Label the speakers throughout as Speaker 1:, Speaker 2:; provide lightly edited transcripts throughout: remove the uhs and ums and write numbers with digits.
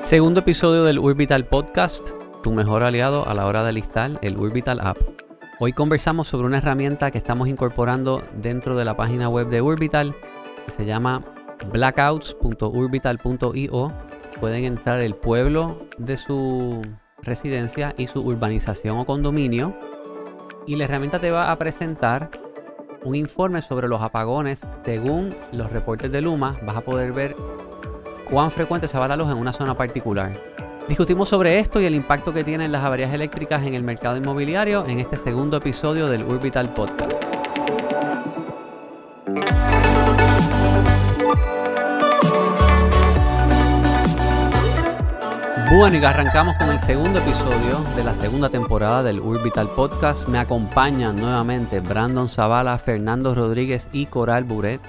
Speaker 1: Segundo episodio del Urbital Podcast, tu mejor aliado a la hora de listar el Urbital App. Hoy conversamos sobre una herramienta que estamos incorporando dentro de la página web de Urbital, que se llama blackouts.urbital.io. Pueden entrar el pueblo de su residencia y su urbanización o condominio, y la herramienta te va a presentar un informe sobre los apagones. Según los reportes de Luma, vas a poder ver cuán frecuente se va la luz en una zona particular. Discutimos sobre esto y el impacto que tienen las averías eléctricas en el mercado inmobiliario en este segundo episodio del Urbital Podcast. Bueno, y arrancamos con el segundo episodio de la segunda temporada del Urbital Podcast. Me acompañan nuevamente Brandon Zavala, Fernando Rodríguez y Coral Buret.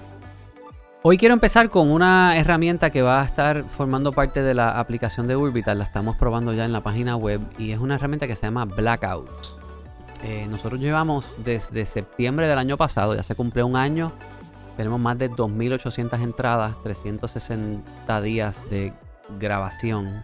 Speaker 1: Hoy quiero empezar con una herramienta que va a estar formando parte de la aplicación de Urbital. La estamos probando ya en la página web y es una herramienta que se llama Blackouts. Nosotros llevamos desde septiembre del año pasado, ya se cumplió un año. Tenemos más de 2.800 entradas, 360 días de grabación.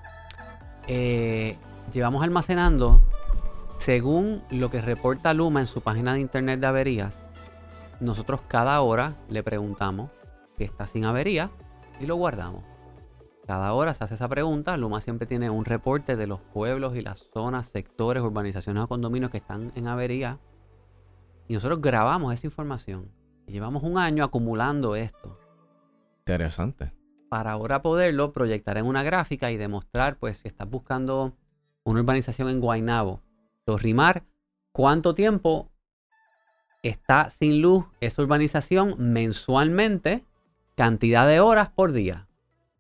Speaker 1: Llevamos almacenando, según lo que reporta Luma en su página de internet de averías, nosotros cada hora le preguntamos que está sin avería y lo guardamos. Cada hora se hace esa pregunta. Luma siempre tiene un reporte de los pueblos y las zonas, sectores, urbanizaciones o condominios que están en avería, y nosotros grabamos esa información y llevamos un año acumulando esto.
Speaker 2: Interesante.
Speaker 1: Para ahora poderlo proyectar en una gráfica y demostrar, pues, si estás buscando una urbanización en Guaynabo, Torrimar, cuánto tiempo está sin luz esa urbanización mensualmente, cantidad de horas por día.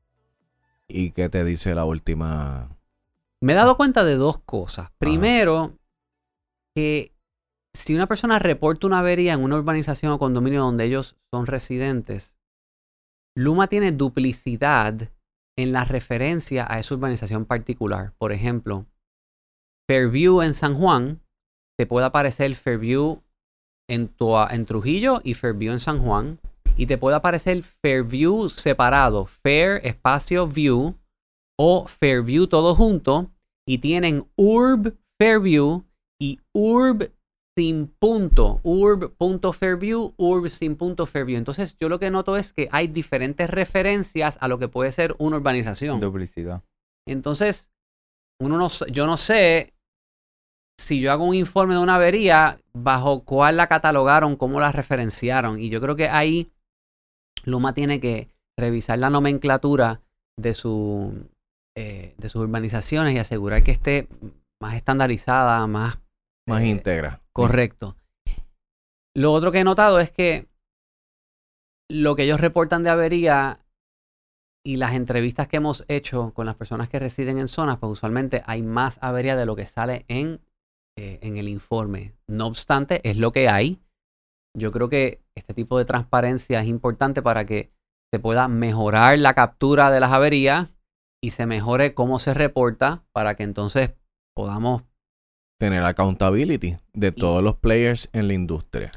Speaker 2: ¿Y qué te dice la última?
Speaker 1: Me he dado cuenta de dos cosas. Primero, que si una persona reporta una avería en una urbanización o condominio donde ellos son residentes, Luma tiene duplicidad en la referencia a esa urbanización particular. Por ejemplo, Fairview en San Juan, te puede aparecer Fairview en Trujillo y Fairview en San Juan. Y te puede aparecer Fairview separado, Fair espacio View o Fairview todo junto. Y tienen Urb Fairview y Urb sin punto. Urb.Fairview, Urb sin punto Fairview. Entonces yo lo que noto es que hay diferentes referencias a lo que puede ser una urbanización.
Speaker 3: Duplicidad.
Speaker 1: Entonces, yo no sé si yo hago un informe de una avería, bajo cuál la catalogaron, cómo la referenciaron. Y yo creo que ahí Luma tiene que revisar la nomenclatura de sus urbanizaciones y asegurar que esté más estandarizada, más
Speaker 2: íntegra.
Speaker 1: Correcto. Lo otro que he notado es que lo que ellos reportan de avería y las entrevistas que hemos hecho con las personas que residen en zonas, pues usualmente hay más avería de lo que sale en el informe. No obstante, es lo que hay. Yo creo que este tipo de transparencia es importante para que se pueda mejorar la captura de las averías y se mejore cómo se reporta, para que entonces podamos
Speaker 2: tener accountability de todos los players en la industria.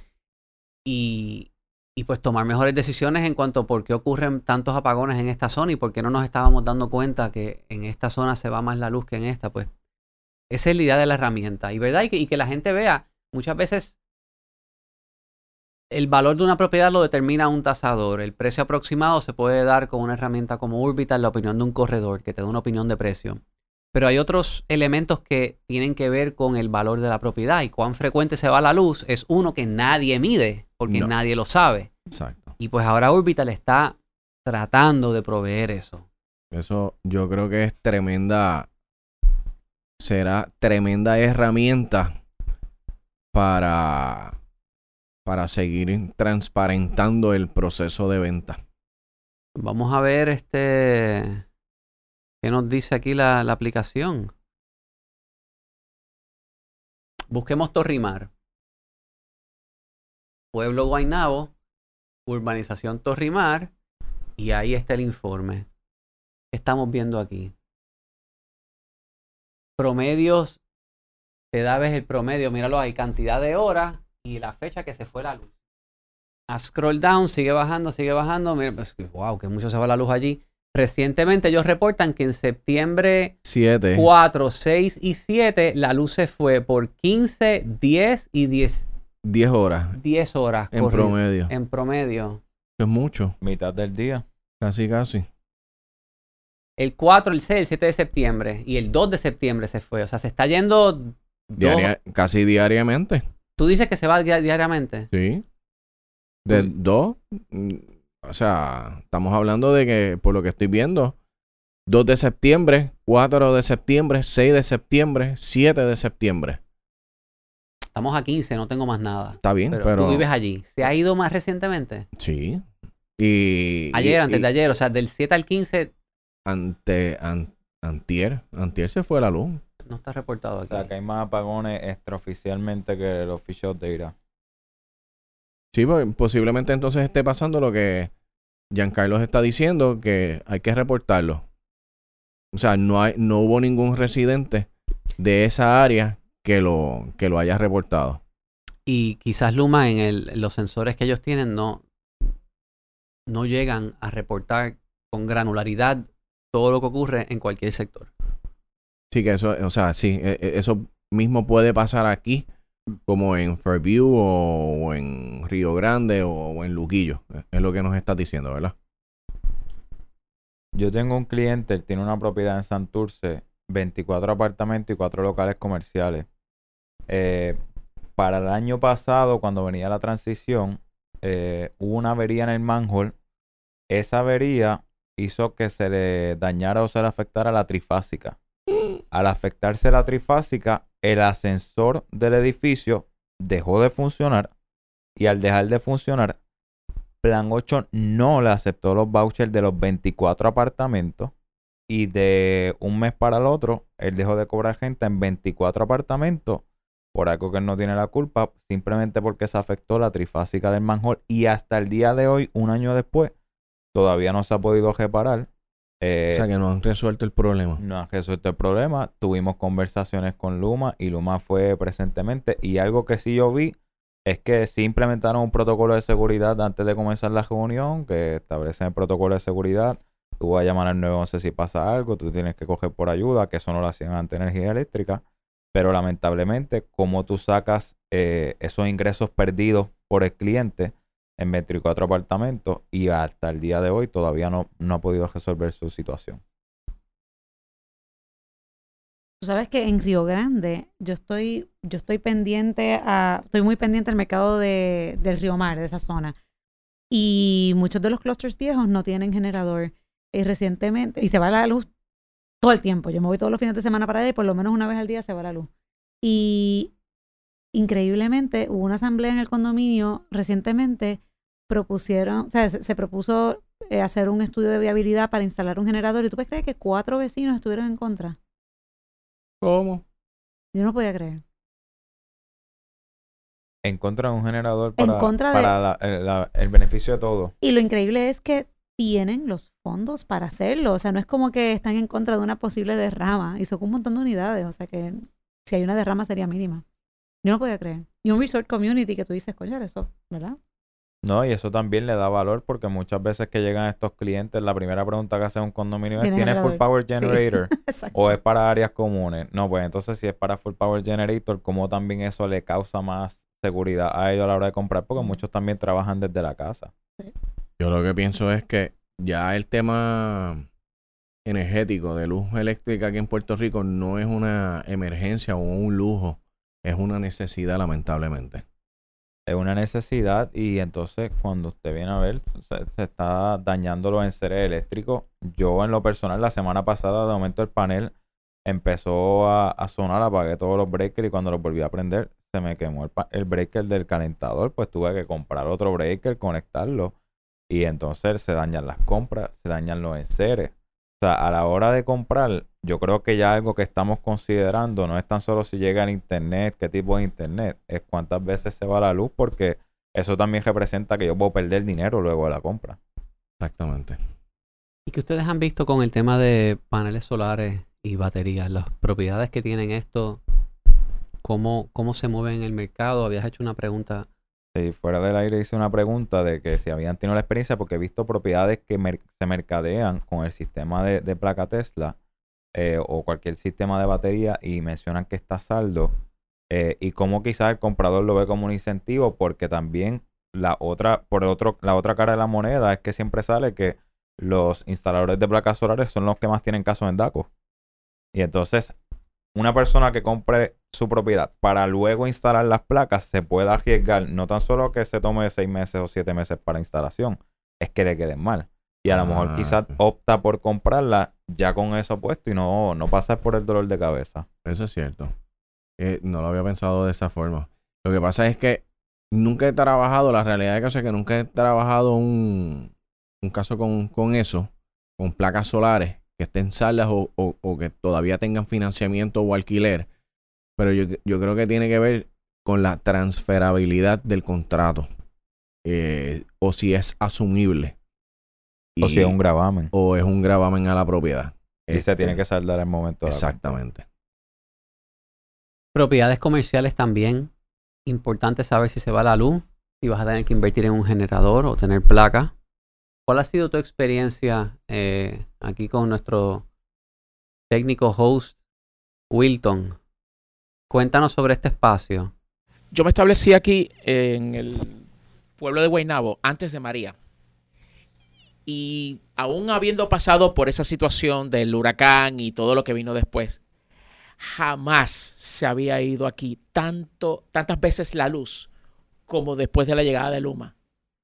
Speaker 1: Y pues tomar mejores decisiones en cuanto a por qué ocurren tantos apagones en esta zona y por qué no nos estábamos dando cuenta que en esta zona se va más la luz que en esta. Pues esa es la idea de la herramienta. Y verdad, y que la gente vea, muchas veces el valor de una propiedad lo determina un tasador. El precio aproximado se puede dar con una herramienta como Urbital, la opinión de un corredor, que te da una opinión de precio. Pero hay otros elementos que tienen que ver con el valor de la propiedad. Y cuán frecuente se va la luz es uno que nadie mide, porque nadie lo sabe.
Speaker 2: Exacto.
Speaker 1: Y pues ahora Urbital está tratando de proveer eso.
Speaker 2: Eso yo creo que es será tremenda herramienta para seguir transparentando el proceso de venta.
Speaker 1: Vamos a ver qué nos dice aquí la aplicación. Busquemos Torrimar. Pueblo Guaynabo, urbanización Torrimar, y ahí está el informe. ¿Qué estamos viendo aquí? Promedios, te da ves el promedio, míralo ahí, cantidad de horas y la fecha que se fue la luz. A scroll down, sigue bajando, mira, pues, wow, que mucho se va la luz allí. Recientemente ellos reportan que en septiembre
Speaker 2: 7.
Speaker 1: 4, 6 y 7 la luz se fue por 15, 10 y 10
Speaker 2: horas
Speaker 1: 10 horas
Speaker 2: en promedio.
Speaker 1: en promedio.
Speaker 2: Es mucho.
Speaker 3: Mitad del día.
Speaker 2: Casi.
Speaker 1: El 4, el 6, el 7 de septiembre y el 2 de septiembre se fue. O sea, se está yendo
Speaker 2: Casi diariamente.
Speaker 1: ¿Tú dices que se va diariamente?
Speaker 2: Sí. De 2. O sea, estamos hablando de que, por lo que estoy viendo, 2 de septiembre, 4 de septiembre, 6 de septiembre, 7 de septiembre.
Speaker 1: Estamos a 15, no tengo más nada.
Speaker 2: Está bien, pero
Speaker 1: tú vives allí. ¿Se ha ido más recientemente?
Speaker 2: Sí.
Speaker 1: Antes de ayer, o sea, del 7 al 15...
Speaker 2: Antier se fue la luz.
Speaker 1: No está reportado aquí.
Speaker 3: O sea, que hay más apagones extraoficialmente que los fichos de IRA.
Speaker 2: Sí, pues, posiblemente entonces esté pasando lo que Giancarlo está diciendo, que hay que reportarlo. O sea, no hubo ningún residente de esa área que lo haya reportado.
Speaker 1: Y quizás Luma en los sensores que ellos tienen no llegan a reportar con granularidad todo lo que ocurre en cualquier sector.
Speaker 2: Sí, que eso, o sea, sí, eso mismo puede pasar aquí, como en Fairview o en Río Grande o en Luquillo. Es lo que nos estás diciendo, ¿verdad?
Speaker 3: Yo tengo un cliente, él tiene una propiedad en Santurce, 24 apartamentos y 4 locales comerciales. Para el año pasado, cuando venía la transición, hubo una avería en el manhole. Esa avería hizo que se le dañara o se le afectara la trifásica. Al afectarse la trifásica, el ascensor del edificio dejó de funcionar y al dejar de funcionar, Plan 8 no le aceptó los vouchers de los 24 apartamentos y de un mes para el otro, él dejó de cobrar gente en 24 apartamentos por algo que él no tiene la culpa, simplemente porque se afectó la trifásica del manhole y hasta el día de hoy, un año después, todavía no se ha podido reparar.
Speaker 2: O sea, que no han resuelto el problema.
Speaker 3: No han resuelto el problema. Tuvimos conversaciones con Luma y Luma fue presentemente. Y algo que sí yo vi es que sí implementaron un protocolo de seguridad antes de comenzar la reunión, que establecen el protocolo de seguridad. Tú vas a llamar al 911 si pasa algo, tú tienes que coger por ayuda, que eso no lo hacían ante energía eléctrica. Pero lamentablemente, como tú sacas esos ingresos perdidos por el cliente en 24 apartamentos y hasta el día de hoy todavía no ha podido resolver su situación.
Speaker 4: Tú sabes que en Río Grande yo estoy pendiente estoy muy pendiente al mercado del Río Mar, de esa zona. Y muchos de los clusters viejos no tienen generador. Recientemente, y se va la luz todo el tiempo. Yo me voy todos los fines de semana para allá y por lo menos una vez al día se va la luz. Y increíblemente hubo una asamblea en el condominio recientemente, se propuso hacer un estudio de viabilidad para instalar un generador. ¿Y tú puedes creer que 4 vecinos estuvieron en contra?
Speaker 2: ¿Cómo?
Speaker 4: Yo no podía creer.
Speaker 3: En contra de un generador
Speaker 4: para
Speaker 3: el beneficio de todo.
Speaker 4: Y lo increíble es que tienen los fondos para hacerlo. O sea, no es como que están en contra de una posible derrama. Y son un montón de unidades. O sea que si hay una derrama sería mínima. Yo no podía creer. Y un resort community que tú dices, coño, eso, ¿verdad?
Speaker 3: No, y eso también le da valor porque muchas veces que llegan estos clientes, la primera pregunta que hace un condominio es, ¿tiene full power generator? Sí. ¿O es para áreas comunes? No, pues entonces si es para full power generator, ¿cómo también eso le causa más seguridad a ellos a la hora de comprar? Porque muchos también trabajan desde la casa.
Speaker 4: Sí.
Speaker 2: Yo lo que pienso es que ya el tema energético de luz eléctrica aquí en Puerto Rico no es una emergencia o un lujo, es una necesidad, lamentablemente.
Speaker 3: Es una necesidad y entonces cuando usted viene a ver se está dañando los enseres eléctricos. Yo en lo personal la semana pasada de momento el panel empezó a sonar, apagué todos los breakers y cuando los volví a prender se me quemó el breaker del calentador, pues tuve que comprar otro breaker, conectarlo y entonces se dañan las compras, se dañan los enseres. O sea, a la hora de comprar, yo creo que ya algo que estamos considerando no es tan solo si llega al internet, qué tipo de internet, es cuántas veces se va la luz, porque eso también representa que yo puedo perder dinero luego de la compra.
Speaker 2: Exactamente.
Speaker 1: ¿Y que ustedes han visto con el tema de paneles solares y baterías, las propiedades que tienen esto, cómo se mueven en el mercado? Habías hecho una pregunta
Speaker 3: Sí, fuera del aire hice una pregunta de que si habían tenido la experiencia, porque he visto propiedades que se mercadean con el sistema de placa Tesla o cualquier sistema de batería y mencionan que está a saldo y cómo quizás el comprador lo ve como un incentivo, porque también la otra cara de la moneda es que siempre sale que los instaladores de placas solares son los que más tienen casos en DACO. Y entonces una persona que compre su propiedad para luego instalar las placas se puede arriesgar no tan solo que se tome 6 meses o 7 meses para instalación, es que le queden mal. Y a lo mejor quizás
Speaker 2: sí.
Speaker 3: opta por comprarla ya con eso puesto y no pasar por el dolor de cabeza.
Speaker 2: Eso es cierto. No lo había pensado de esa forma. Lo que pasa es que nunca he trabajado, la realidad del caso es que nunca he trabajado un caso con eso, con placas solares que estén saldas o que todavía tengan financiamiento o alquiler. Pero yo creo que tiene que ver con la transferabilidad del contrato. O si es asumible.
Speaker 3: O si es un gravamen.
Speaker 2: O es un gravamen a la propiedad.
Speaker 3: Y se tiene que saldar en el momento de la
Speaker 2: exactamente.
Speaker 1: Propiedades comerciales también. Importante saber si se va la luz, si vas a tener que invertir en un generador o tener placa. ¿Cuál ha sido tu experiencia aquí con nuestro técnico host, Wilton? Cuéntanos sobre este espacio.
Speaker 5: Yo me establecí aquí en el pueblo de Guaynabo antes de María. Y aún habiendo pasado por esa situación del huracán y todo lo que vino después, jamás se había ido aquí tantas veces la luz como después de la llegada de Luma.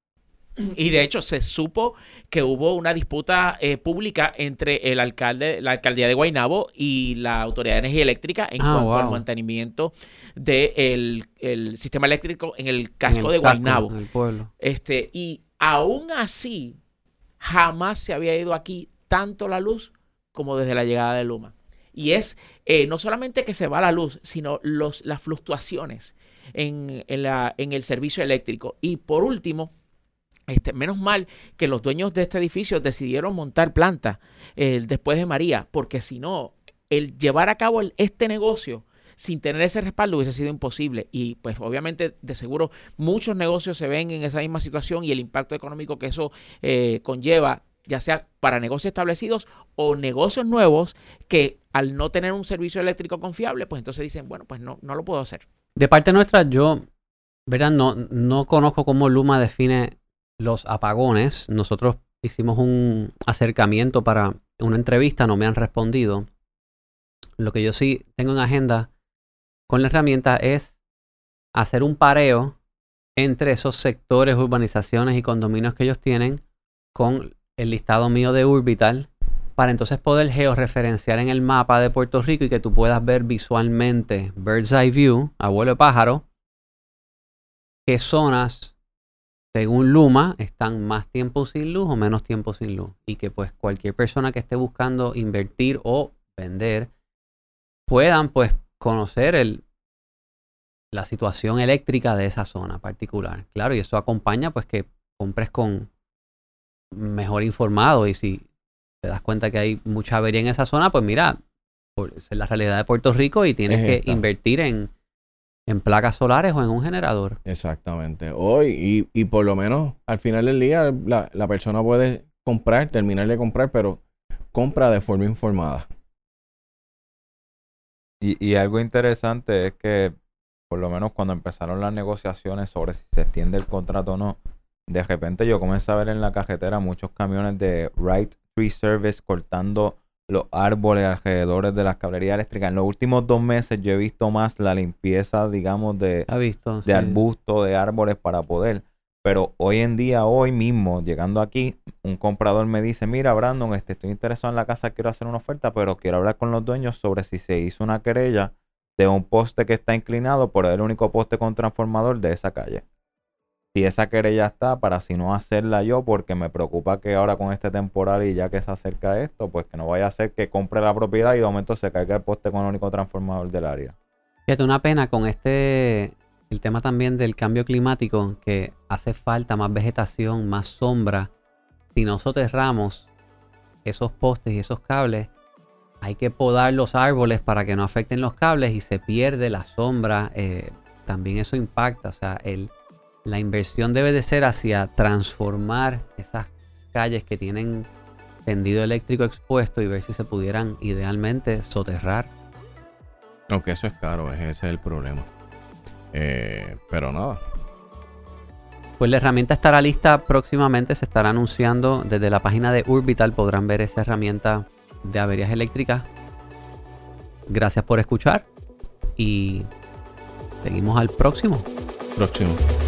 Speaker 5: Y de hecho se supo que hubo una disputa pública entre la alcaldía de Guaynabo y la Autoridad de Energía Eléctrica en cuanto al mantenimiento del sistema eléctrico en el casco de Guaynabo.
Speaker 1: En el pueblo.
Speaker 5: Y aún así, jamás se había ido aquí tanto la luz como desde la llegada de Luma. Y es no solamente que se va la luz, sino las fluctuaciones en el servicio eléctrico. Y por último, menos mal que los dueños de este edificio decidieron montar plantas después de María, porque si no, el llevar a cabo este negocio sin tener ese respaldo hubiese sido imposible. Y pues obviamente de seguro muchos negocios se ven en esa misma situación y el impacto económico que eso conlleva, ya sea para negocios establecidos o negocios nuevos que al no tener un servicio eléctrico confiable, pues entonces dicen, bueno, pues no lo puedo hacer.
Speaker 1: De parte nuestra, yo, ¿verdad? No conozco cómo Luma define los apagones. Nosotros hicimos un acercamiento para una entrevista, no me han respondido. Lo que yo sí tengo en agenda con la herramienta es hacer un pareo entre esos sectores, urbanizaciones y condominios que ellos tienen con el listado mío de Urbital para entonces poder georreferenciar en el mapa de Puerto Rico y que tú puedas ver visualmente, bird's eye view, abuelo de pájaro, qué zonas según Luma están más tiempo sin luz o menos tiempo sin luz. Y que pues cualquier persona que esté buscando invertir o vender puedan pues conocer la situación eléctrica de esa zona particular. Claro, y eso acompaña pues que compres con mejor informado. Y si te das cuenta que hay mucha avería en esa zona, pues mira, es la realidad de Puerto Rico y tienes que invertir en placas solares o en un generador.
Speaker 2: Exactamente. Hoy, y por lo menos al final del día, la persona puede terminar de comprar, pero compra de forma informada.
Speaker 3: Y algo interesante es que, por lo menos cuando empezaron las negociaciones sobre si se extiende el contrato o no, de repente yo comencé a ver en la carretera muchos camiones de Right Tree Service cortando los árboles alrededor de las cablerías eléctricas. En los últimos 2 meses yo he visto más la limpieza, digamos, de arbustos, de árboles para poder. Pero hoy mismo, llegando aquí, un comprador me dice, mira, Brandon, estoy interesado en la casa, quiero hacer una oferta, pero quiero hablar con los dueños sobre si se hizo una querella de un poste que está inclinado por el único poste con transformador de esa calle. Si esa querella está, para si no hacerla yo, porque me preocupa que ahora con este temporal y ya que se acerca esto, pues que no vaya a ser que compre la propiedad y de momento se caiga el poste con el único transformador del área.
Speaker 1: Fíjate, una pena con el tema también del cambio climático, que hace falta más vegetación, más sombra. Si no soterramos esos postes y esos cables, hay que podar los árboles para que no afecten los cables y se pierde la sombra. También eso impacta, o sea, la inversión debe de ser hacia transformar esas calles que tienen tendido eléctrico expuesto y ver si se pudieran idealmente soterrar.
Speaker 2: Aunque eso es caro, ese es el problema. Pero nada.
Speaker 1: Pues la herramienta estará lista próximamente, se estará anunciando desde la página de Urbital, podrán ver esa herramienta de averías eléctricas. Gracias por escuchar y seguimos al próximo.
Speaker 2: Próximo.